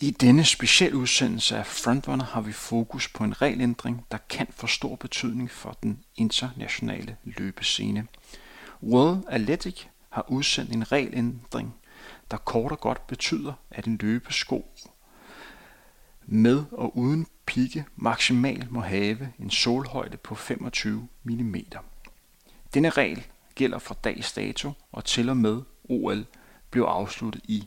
I denne specielle udsendelse af Frontrunner har vi fokus på en regelændring, der kan få stor betydning for den internationale løbescene. World Athletics har udsendt en regelændring, der kort og godt betyder, at en løbesko med og uden pigge maksimalt må have en sålhøjde på 25 mm. Denne regel gælder fra dags dato og til og med OL blev afsluttet i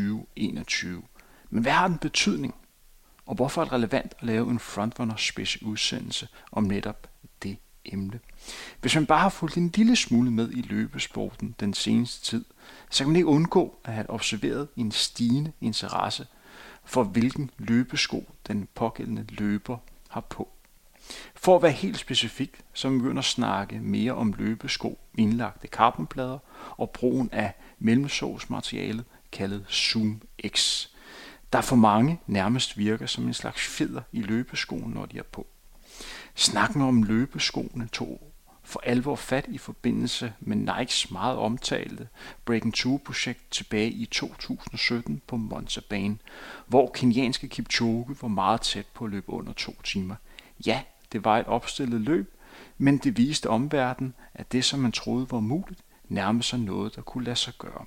2021. Men hvad har den betydning, og hvorfor er det relevant at lave en Frontrunner special udsendelse om netop det emne? Hvis man bare har fulgt en lille smule med i løbesporten den seneste tid, så kan man ikke undgå at have observeret en stigende interesse for hvilken løbesko den pågældende løber har på. For at være helt specifik, så er vi begyndt at snakke mere om løbesko, indlagte carbonplader og brugen af mellemsålsmaterialet kaldet Zoom X, der for mange nærmest virker som en slags fjeder i løbeskoen, når de er på. Snakken om løbeskoene tog for alvor fat i forbindelse med Nikes meget omtalte Breaking Two-projekt tilbage i 2017 på Monza-banen, hvor kenyanske Kipchoge var meget tæt på at løbe under 2 timer. Ja, det var et opstillet løb, men det viste omverdenen, at det, som man troede var muligt, nærmede sig noget, der kunne lade sig gøre.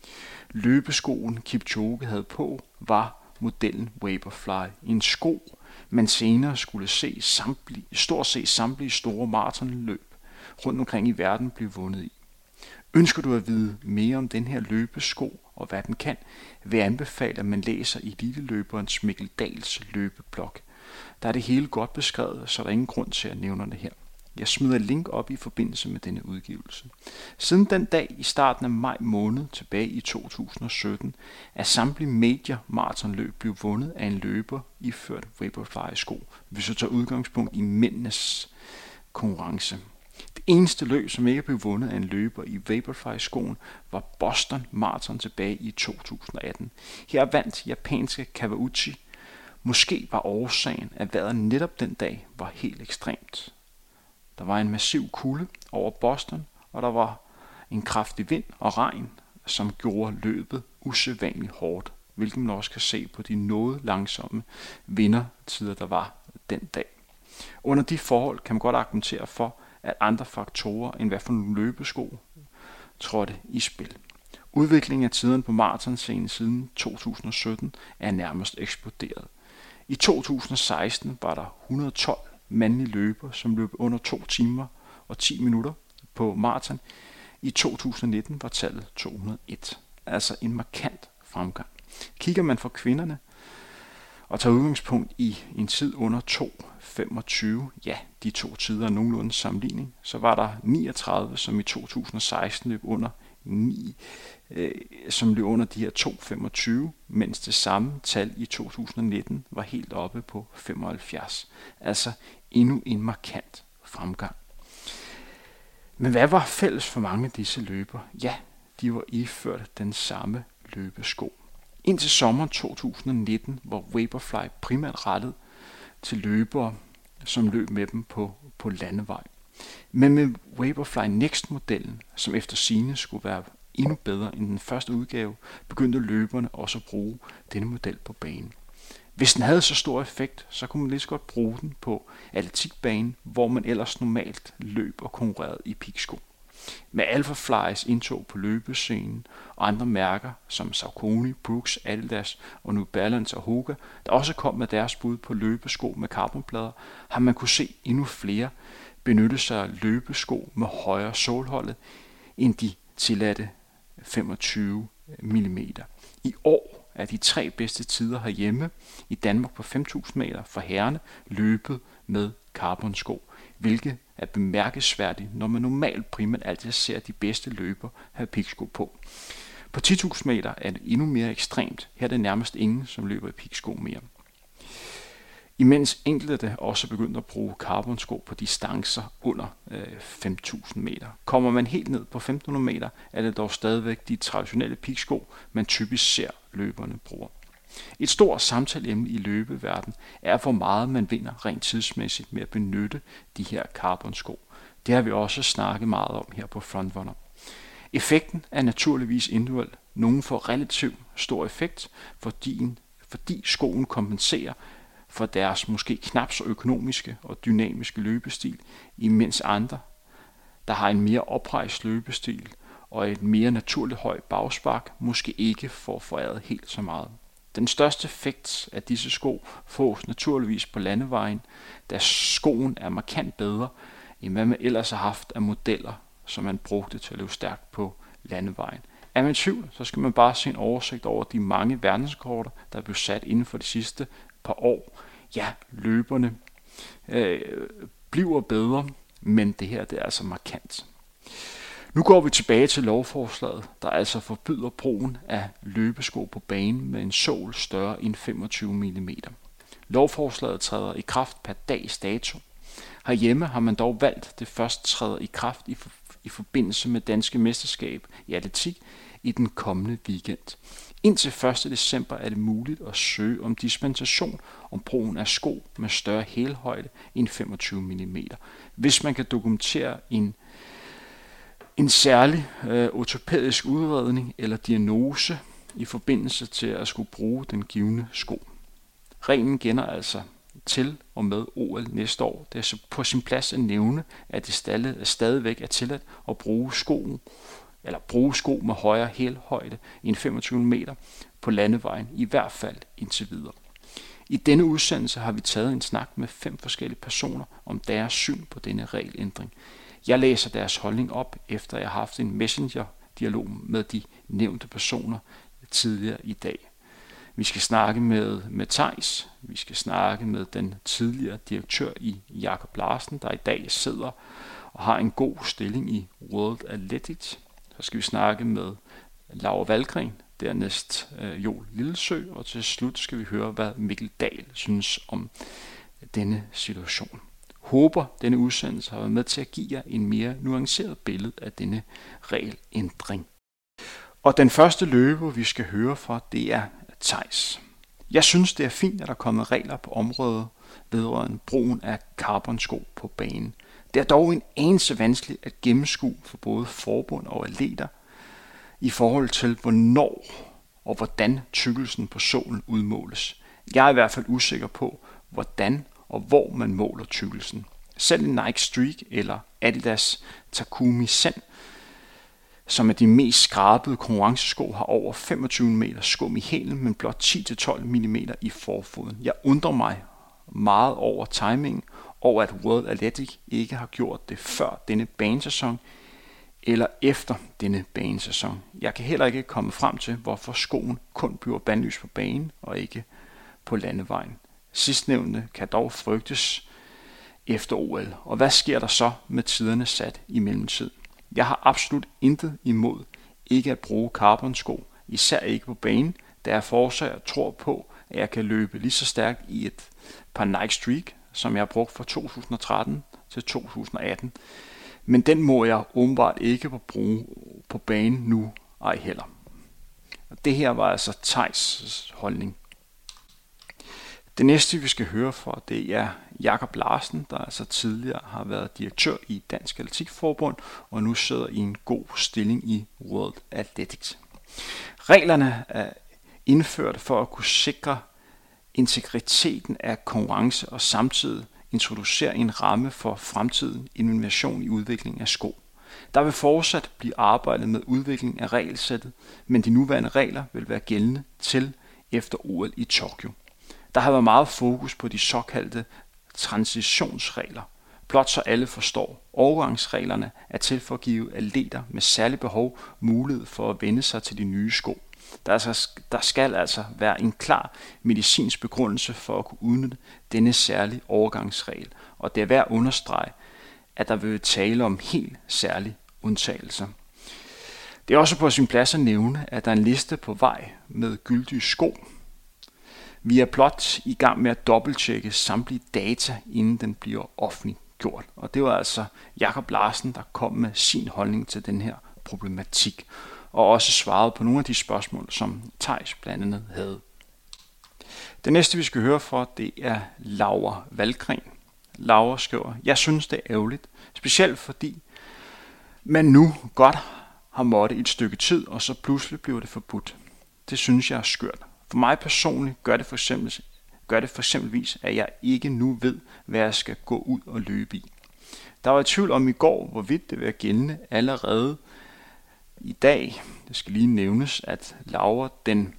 Løbeskoen Kipchoge havde på var modellen Vaporfly, en sko, man senere skulle se stort set samtlige store maratonløb rundt omkring i verden blive vundet i. Ønsker du at vide mere om den her løbesko og hvad den kan, vil jeg anbefale, at man læser eliteløberens Mikkel Dahls løbeblog. Der er det hele godt beskrevet, så der er ingen grund til at nævne det her. Jeg smider et link op i forbindelse med denne udgivelse. Siden den dag i starten af maj måned tilbage i 2017, er samtlige major maratonløb blevet vundet af en løber iført Vaporfly-sko, hvis vi tager udgangspunkt i mændenes konkurrence. Det eneste løb, som ikke blev vundet af en løber i Vaporfly-skoen, var Boston Marathon tilbage i 2018. Her vandt japanske Kawauchi. Måske var årsagen, at vejret netop den dag var helt ekstremt. Der var en massiv kulde over Boston, og der var en kraftig vind og regn, som gjorde løbet usædvanligt hårdt, hvilket man også kan se på de noget langsomme vindertider, der var den dag. Under de forhold kan man godt argumentere for, at andre faktorer end hvad for nogle løbesko trådte i spil. Udviklingen af tiderne på maratonscenen siden 2017 er nærmest eksploderet. I 2016 var der 112 mandlige løbere, som løb under 2 timer og 10 minutter på maraton. I 2019 var tallet 201, altså en markant fremgang. Kigger man for kvinderne og tager udgangspunkt i en tid under 2:25, ja, de to tider er nogenlunde sammenligning, så var der 39, som i 2016 løb under 9, som løb under de her 2:25, mens det samme tal i 2019 var helt oppe på 75. Altså endnu en markant fremgang. Men hvad var fælles for mange af disse løbere? Ja, de var iført den samme løbesko. Indtil sommeren 2019 var Vaporfly primært rettet til løbere, som løb med dem på landevej. Men med Vaporfly Next-modellen, som efter sigende skulle være endnu bedre end den første udgave, begyndte løberne også at bruge denne model på banen. Hvis den havde så stor effekt, så kunne man lige så godt bruge den på atletikbanen, hvor man ellers normalt løb og konkurrerede i pigsko. Med Alphaflys indtog på løbescenen og andre mærker som Saucony, Brooks, Adidas og New Balance og Hoka, der også kom med deres bud på løbesko med carbonplader, har man kunne se endnu flere benytte sig af løbesko med højere sålholdet end de tilladte 25 mm. I år er de 3 bedste tider herhjemme i Danmark på 5.000 meter for herrene løbet med carbonsko, hvilket er bemærkelsesværdigt, når man normalt primært altid ser de bedste løbere have pigsko på. På 10.000 meter er det endnu mere ekstremt. Her er det nærmest ingen, som løber i pigsko mere. Imens enkelte også begyndt at bruge carbonsko på distancer under 5.000 meter. Kommer man helt ned på 1.500 meter, er det dog stadigvæk de traditionelle pigsko, man typisk ser løberne bruger. Et stort samtaleemne i løbeverden er, hvor meget man vinder rent tidsmæssigt med at benytte de her carbonsko. Det har vi også snakket meget om her på Frontrunner. Effekten er naturligvis individuel. Nogle får relativt stor effekt, fordi skoen kompenserer for deres måske knap så økonomiske og dynamiske løbestil, imens andre, der har en mere oprejst løbestil og et mere naturligt højt bagspark, måske ikke får foræret helt så meget. Den største effekt af disse sko fås naturligvis på landevejen, da skoen er markant bedre, end hvad man ellers har haft af modeller, som man brugte til at løbe stærkt på landevejen. Er man i tvivl, så skal man bare se en oversigt over de mange verdensrekorder, der er blevet sat inden for de sidste par år. Ja, løberne bliver bedre, men det her det er altså markant. Nu går vi tilbage til lovforslaget, der altså forbyder brugen af løbesko på banen med en sål større end 25 mm. Lovforslaget træder i kraft per dags dato. Herhjemme har man dog valgt, at det først træder i kraft i forbindelse med Danske Mesterskab i atletik i den kommende weekend. Indtil 1. december er det muligt at søge om dispensation om brugen af sko med større hælhøjde end 25 mm, hvis man kan dokumentere en særlig ortopædisk udredning eller diagnose i forbindelse til at skulle bruge den givne sko. Reglen gælder altså til og med OL næste år. Det er så på sin plads at nævne, at det stadigvæk er tilladt at bruge sko med højere hælhøjde end 25 meter på landevejen, i hvert fald indtil videre. I denne udsendelse har vi taget en snak med 5 forskellige personer om deres syn på denne regelændring. Jeg læser deres holdning op, efter jeg har haft en messenger-dialog med de nævnte personer tidligere i dag. Vi skal snakke med Theis, vi skal snakke med den tidligere direktør i Jakob Larsen, der i dag sidder og har en god stilling i World Athletics. Så skal vi snakke med Laura Wahlgren, dernæst Joel Lillesø, og til slut skal vi høre, hvad Mikkel Dahl synes om denne situation. Håber denne udsendelse har været med til at give jer en mere nuanceret billede af denne regelændring. Og den første løber, vi skal høre fra, det er Theis. Jeg synes, det er fint, at der er kommet regler på området vedrørende brugen af carbonsko på banen. Det er dog en anelse vanskeligt at gennemskue for både forbund og atleter i forhold til, hvornår og hvordan tykkelsen på sålen udmåles. Jeg er i hvert fald usikker på, hvordan og hvor man måler tykkelsen. Selv en Nike Streak eller Adidas Takumi Zen, som er de mest skrabede konkurrencesko, har over 25 mm skum i hælen, men blot 10-12 mm i forfoden. Jeg undrer mig meget over timingen, og at World Athletics ikke har gjort det før denne banesæson eller efter denne banesæson. Jeg kan heller ikke komme frem til, hvorfor skoen kun bliver bandlyst på banen og ikke på landevejen. Sidstnævnte kan dog frygtes efter OL. Og hvad sker der så med tiderne sat i mellemtid? Jeg har absolut intet imod ikke at bruge carbonsko, især ikke på banen, da jeg fortsat tror på, at jeg kan løbe lige så stærkt i et par Nike Streak, som jeg har brugt fra 2013 til 2018. Men den må jeg åbenbart ikke bruge på banen nu, ej heller. Og det her var altså Theis' holdning. Det næste, vi skal høre fra, det er Jakob Larsen, der altså tidligere har været direktør i Dansk Atletikforbund og nu sidder i en god stilling i World Athletics. Reglerne er indført for at kunne sikre integriteten af konkurrence og samtidig introducere en ramme for fremtiden innovation i udviklingen af sko. Der vil fortsat blive arbejdet med udvikling af regelsættet, men de nuværende regler vil være gældende til efter OL i Tokyo. Der har været meget fokus på de såkaldte transitionsregler. Blot så alle forstår, overgangsreglerne er til for at give atleter med særlige behov mulighed for at vende sig til de nye sko. Der skal altså være en klar medicinsk begrundelse for at kunne udnytte denne særlige overgangsregel, og det er værd at understrege, at der vil tale om helt særlige undtagelser. Det er også på sin plads at nævne, at der er en liste på vej med gyldige sko. Vi er blot i gang med at dobbelttjekke samtlige data, inden den bliver offentliggjort. Og det var altså Jakob Larsen, der kom med sin holdning til den her problematik, og også svarede på nogle af de spørgsmål, som Theis blandt andet havde. Det næste, vi skal høre fra, det er Laura Wahlgren. Laura skriver, jeg synes, det er ærgerligt, specielt fordi man nu godt har måttet i et stykke tid, og så pludselig bliver det forbudt. Det synes jeg er skørt. For mig personligt gør det for eksempelvis, at jeg ikke nu ved, hvad jeg skal gå ud og løbe i. Der var i tvivl om i går, hvorvidt det vil være gældende allerede i dag. Det skal lige nævnes, at Laura den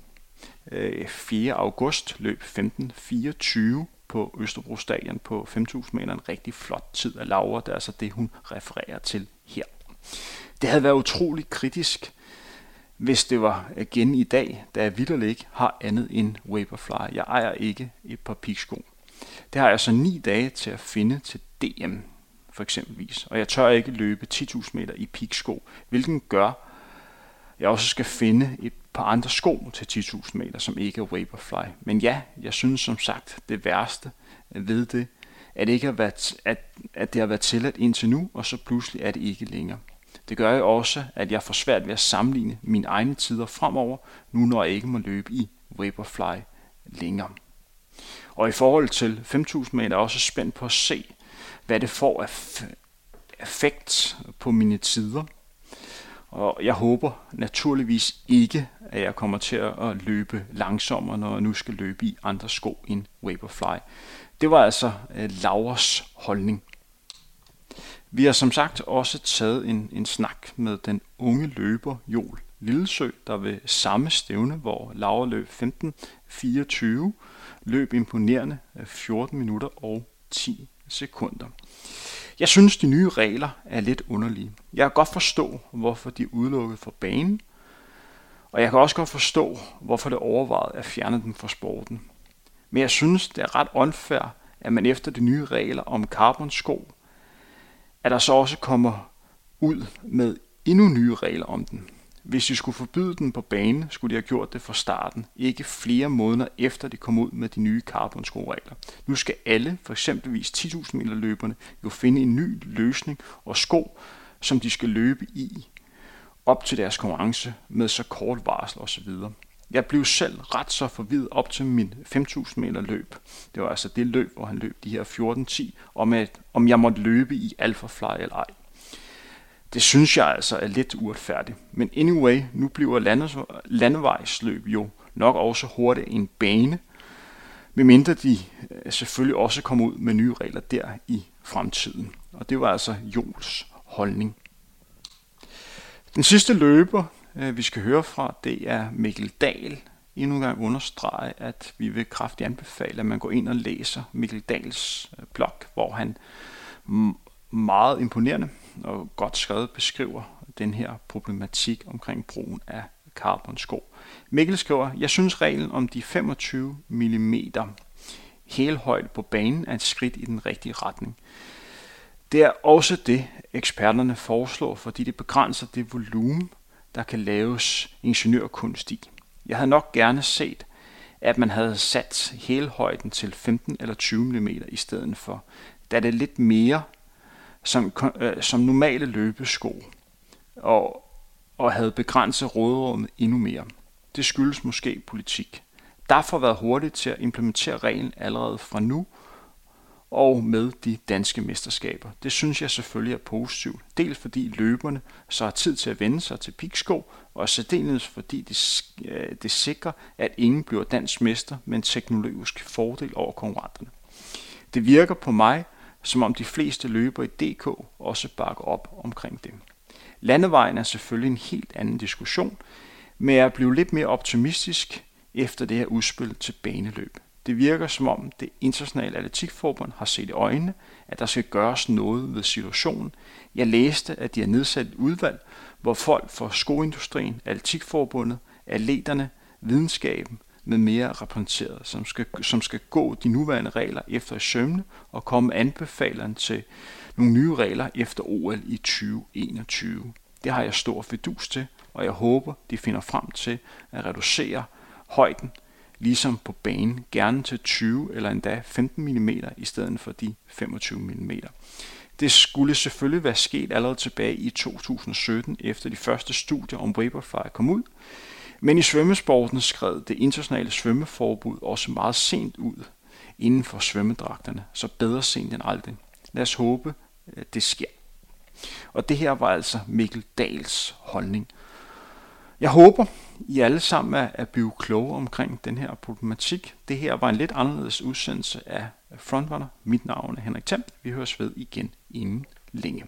4. august løb 15:24 på Østerbro Stadion på 5.000 meter. En rigtig flot tid af Laura. Det er altså det, hun refererer til her. Det havde været utroligt kritisk, hvis det var igen i dag, da jeg vitterligt ikke har andet end Vaporfly. Jeg ejer ikke et par peaksko. Det har jeg så 9 dage til at finde til DM, for eksempelvis. Og jeg tør ikke løbe 10.000 meter i peaksko, hvilket gør, jeg også skal finde et par andre sko til 10.000 meter, som ikke er Vaporfly. Men ja, jeg synes som sagt, det værste ved det, at det har været tilladt indtil nu, og så pludselig er det ikke længere. Det gør jo også, at jeg får svært ved at sammenligne mine egne tider fremover, nu når jeg ikke må løbe i Vaporfly længere. Og i forhold til 5.000 meter er jeg også spændt på at se, hvad det får af effekt på mine tider. Og jeg håber naturligvis ikke, at jeg kommer til at løbe langsommere, når jeg nu skal løbe i andre sko end Vaporfly. Det var altså Lauras holdning. Vi har som sagt også taget en snak med den unge løber Joel Lillesø, der ved samme stævne, hvor Laura løb 15:24, løb imponerende 14 minutter og 10 sekunder. Jeg synes, de nye regler er lidt underlige. Jeg kan godt forstå, hvorfor de er udelukket fra banen, og jeg kan også godt forstå, hvorfor det overvejede at fjerne dem fra sporten. Men jeg synes, det er ret unfair, at man efter de nye regler om carbonsko, at der så også kommer ud med endnu nye regler om den. Hvis de skulle forbyde den på banen, skulle de have gjort det fra starten, ikke flere måneder efter de kom ud med de nye carbonsko-regler. Nu skal alle, for eksempelvis 10.000 meter løberne, jo finde en ny løsning og sko, som de skal løbe i op til deres konkurrence med så kort varsel osv. Jeg blev selv ret så forvirret op til min 5.000 meter løb. Det var altså det løb, hvor han løb de her 14:10, om jeg måtte løbe i Alphafly eller ej. Det synes jeg altså er lidt uretfærdigt. Men anyway, nu bliver landevejsløb jo nok også hurtigt en bane, medmindre de selvfølgelig også kommer ud med nye regler der i fremtiden. Og det var altså Joels holdning. Den sidste løber, vi skal høre fra, det er Mikkel Dahl. Endnu en gang understrege, at vi vil kraftigt anbefale, at man går ind og læser Mikkel Dahls blog, hvor han meget imponerende og godt skrevet beskriver den her problematik omkring brugen af carbonsko. Mikkel skriver, jeg synes reglen om de 25 mm hælhøjde på banen er et skridt i den rigtige retning. Det er også det, eksperterne foreslår, fordi det begrænser det volumen, der kan laves ingeniørkunst i. Jeg havde nok gerne set, at man havde sat hælhøjden til 15 eller 20 mm i stedet for, da det er lidt mere som normale løbesko, og havde begrænset råderummet endnu mere. Det skyldes måske politik. Derfor har været hurtigt til at implementere reglen allerede fra nu, og med de danske mesterskaber. Det synes jeg selvfølgelig er positivt. Dels fordi løberne så har tid til at vende sig til peaksko, og særdeles fordi det sikrer, at ingen bliver dansk mester med en teknologisk fordel over konkurrenterne. Det virker på mig, som om de fleste løbere i DK også bakker op omkring det. Landevejen er selvfølgelig en helt anden diskussion, men jeg blev lidt mere optimistisk efter det her udspil til baneløb. Det virker som om det internationale atletikforbund har set i øjnene, at der skal gøres noget ved situationen. Jeg læste, at de har nedsat et udvalg, hvor folk fra skoindustrien, atletikforbundet, atleterne, videnskaben med mere repræsenteret, som skal gå de nuværende regler efter i sømne og komme anbefalerne til nogle nye regler efter OL i 2021. Det har jeg stor fidus til, og jeg håber, de finder frem til at reducere højden, ligesom på banen, gerne til 20 eller endda 15 mm i stedet for de 25 mm. Det skulle selvfølgelig være sket allerede tilbage i 2017, efter de første studier om Vaporfly kom ud, men i svømmesporten skred det internationale svømmeforbud også meget sent ud inden for svømmedragterne, så bedre sent end aldrig. Lad os håbe, det sker. Og det her var altså Mikkel Dahls holdning. Jeg håber, I alle sammen er blive klogere omkring den her problematik. Det her var en lidt anderledes udsendelse af Frontrunner. Mit navn er Henrik Thiem. Vi høres ved igen inden længe.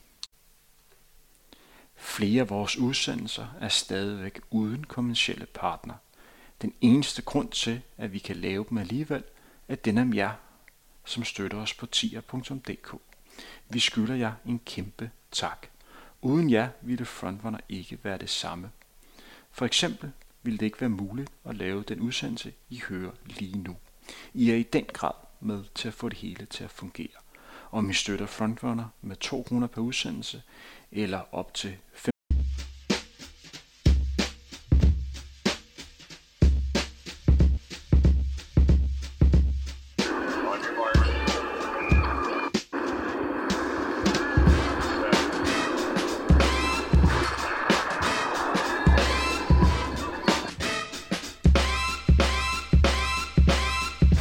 Flere af vores udsendelser er stadigvæk uden kommercielle partner. Den eneste grund til, at vi kan lave dem alligevel, er den af jer, som støtter os på tier.dk. Vi skylder jer en kæmpe tak. Uden jer ville Frontrunner ikke være det samme. For eksempel ville det ikke være muligt at lave den udsendelse, I hører lige nu. I er i den grad med til at få det hele til at fungere. Om I støtter Frontrunner med 2 kroner per udsendelse eller op til